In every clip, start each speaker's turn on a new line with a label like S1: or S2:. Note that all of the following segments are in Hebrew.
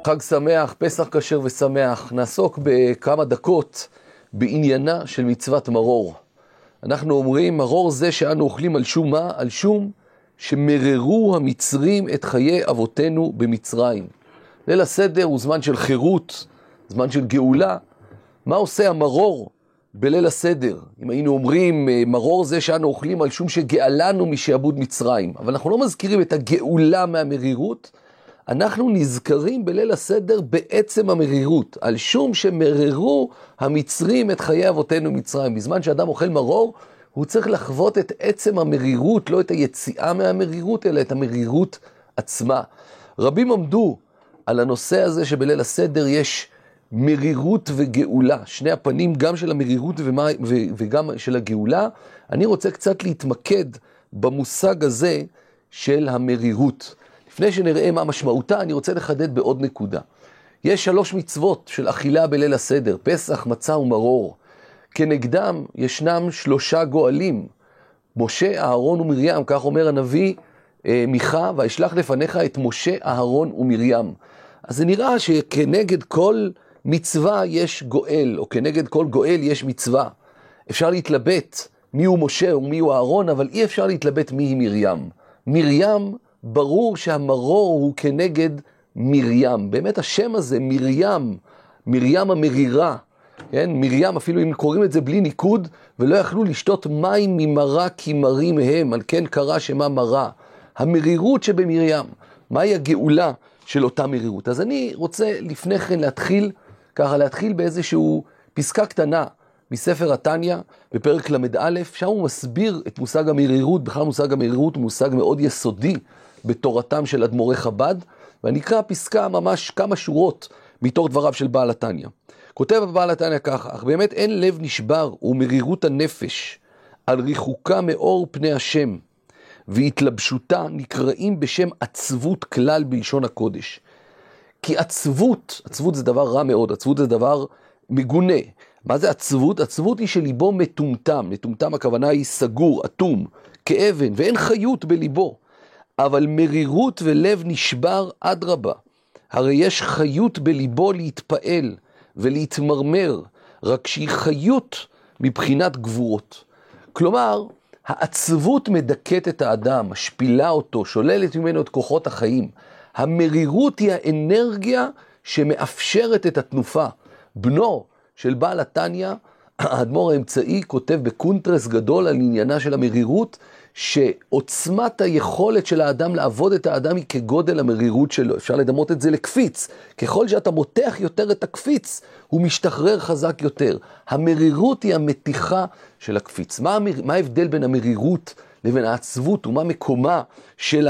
S1: חג שמח, פסח כשר ושמח. נעסוק בכמה דקות בעניינה של מצוות מרור. אנחנו אומרים, מרור זה שאנו אוכלים על שום מה? על שום שמררו המצרים את חיי אבותינו במצרים. ליל הסדר הוא זמן של חירות, זמן של גאולה. מה עושה המרור בליל הסדר? אם היינו אומרים, מרור זה שאנו אוכלים על שום שגאלנו משעבוד מצרים. אבל אנחנו לא מזכירים את הגאולה מהמרירות, אנחנו נזכרים בליל הסדר בעצם המרירות, על שום שמררו המצרים את חיי אבותינו מצרים. בזמן שאדם אוכל מרור, הוא צריך לחוות את עצם המרירות, לא את היציאה מהמרירות, אלא את המרירות עצמה. רבים עמדו על הנושא הזה שבליל הסדר יש מרירות וגאולה, שני הפנים גם של המרירות וגם של הגאולה. אני רוצה קצת להתמקד במושג הזה של המרירות. לפני שנראה מה משמעותה, אני רוצה לחדד בעוד נקודה. יש 3 מצוות של אכילה בליל הסדר, פסח, מצה ומרור. כנגדם ישנם 3 גואלים, משה, אהרון ומרים, כך אומר הנביא מיכה, וישלח לפניך את משה, אהרון ומרים. אז זה נראה שכנגד כל מצווה יש גואל, או כנגד כל גואל יש מצווה. אפשר להתלבט מי הוא משה ומי הוא אהרון, אבל אי אפשר להתלבט מי היא מרים. מרים, ברור שהמרור הוא כנגד מרים. באמת השם הזה, מרים, מרים המרירה, כן? מרים, אפילו אם קוראים את זה בלי ניקוד, ולא יכלו לשתות מים ממרה כי מרים הם, על כן קרא שמה מרה. המרירות שבמרים, מהי הגאולה של אותה מרירות? אז אני רוצה לפני כן להתחיל באיזשהו פסקה קטנה מספר התניא, בפרק למד א', שם הוא מסביר את מושג המרירות. בכלל מושג המרירות הוא מושג מאוד יסודי בתורתם של אדמו"רי חב"ד, ואני אקרא פסקה ממש כמה שורות מתוך דבריו של בעל התניא. כותב בעל התניא ככה: אך באמת אין לב נשבר ומרירות הנפש על ריחוקה מאור פני השם והתלבשותה נקראים בשם עצבות כלל בלשון הקודש. כי עצבות זה דבר רע מאוד, עצבות זה דבר מגונה. מה זה עצבות? עצבות היא שליבו מטומטם, מטומטם הכוונה היא סגור, אטום, כאבן, ואין חיות בליבו. אבל מרירות ולב נשבר אדרבה, הרי יש חיות בליבו להתפעל ולהתמרמר, רק שהיא חיות מבחינת גבורות. כלומר, העצבות מדכאת את האדם, משפילה אותו, שוללת ממנו את כוחות החיים. המרירות היא האנרגיה שמאפשרת את התנופה. בנו של בעל התניא, האדמו"ר האמצעי, כותב בקונטרס גדול על עניינה של המרירות, שעוצמת היכולת של האדם לעבוד את האדם היא כגודל המרירות שלו. אפשר לדמות את זה לקפיץ. ככל שאתה מותח יותר את הקפיץ, הוא משתחרר חזק יותר. המרירות היא המתיחה של הקפיץ. מה ההבדל בין המרירות לבין העצבות, ומה מקומה של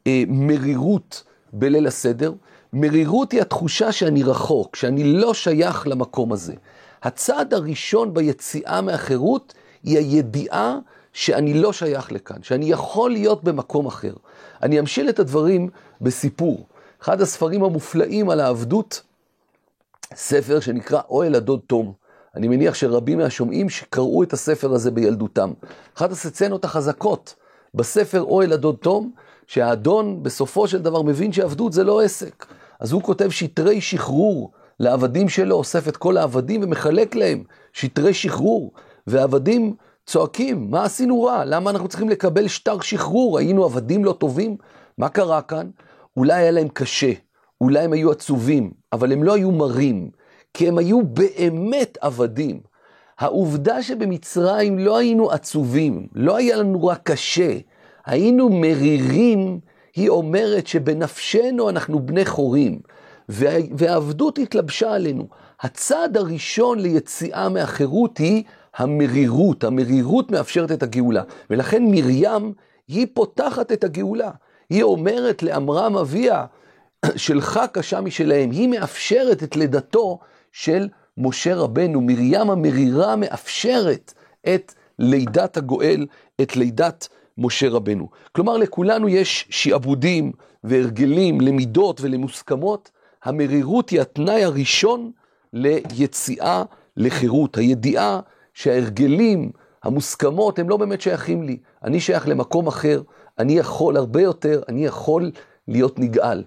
S1: המרירות בליל הסדר? מרירות היא התחושה שאני רחוק, שאני לא שייך למקום הזה. הצעד הראשון ביציאה מהחירות היא הידיעה שאני לא שייך לכאן, שאני יכול להיות במקום אחר. אני אמשיל את הדברים בסיפור. אחד הספרים המופלאים על העבדות, ספר שנקרא אוהל הדוד תום. אני מניח שרבים מהשומעים שקראו את הספר הזה בילדותם. אחת הסצנות החזקות בספר אוהל הדוד תום, שהאדון בסופו של דבר מבין שעבדות זה לא עסק. אז הוא כותב שטרי שחרור לעבדים שלו, אוסף את כל העבדים ומחלק להם שטרי שחרור, והעבדים צועקים, מה עשינו רע? למה אנחנו צריכים לקבל שטר שחרור? היינו עבדים לא טובים? מה קרה כאן? אולי היה להם קשה, אולי הם היו עצובים, אבל הם לא היו מרים, כי הם היו באמת עבדים. העובדה שבמצרים לא היינו עצובים, לא היה לנו רק קשה, היינו מרירים, היא אומרת שבנפשנו אנחנו בני חורים, והעבדות התלבשה עלינו. הצעד הראשון ליציאה מהחירות היא המרירות. המרירות מאפשרת את הגאולה. ולכן מרים היא פותחת את הגאולה. היא אומרת לעמרם אביה, שלך קשה משלהם. היא מאפשרת את לידתו של משה רבנו. מרים המרירה מאפשרת את לידת הגואל, את לידת משה רבנו. כלומר, לכולנו יש שעבודים והרגלים, למידות ולמוסכמות. המרירות היא התנאי הראשון ליציאה לחירות. הידיעה שההרגלים, המוסכמות, הם לא באמת שייכים לי. אני שייך למקום אחר, אני יכול הרבה יותר, אני יכול להיות נגאל.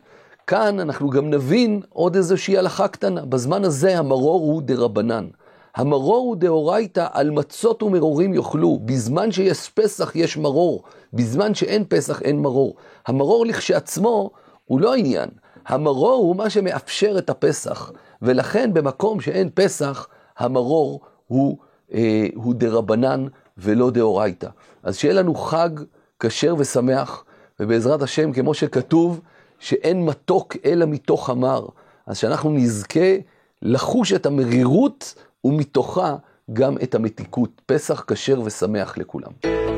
S1: כאן אנחנו גם נבין עוד איזושהי הלכה קטנה. בזמן הזה המרור הוא דרבנן. המרור הוא דאורייתא, על מצות ומרורים יאכלו. בזמן שיש פסח יש מרור, בזמן שאין פסח אין מרור. המרור לכשעצמו הוא לא עניין. המרור הוא מה שמאפשר את הפסח, ולכן במקום שאין פסח, המרור הוא דרבנן ולא דאורייתא. אז שיהיה לנו חג כשר ושמח, ובעזרת השם, כמו שכתוב, שאין מתוק אלא מתוך המר. אז שאנחנו נזכה לחוש את המרירות, ומתוכה גם את המתיקות. פסח כשר ושמח לכולם.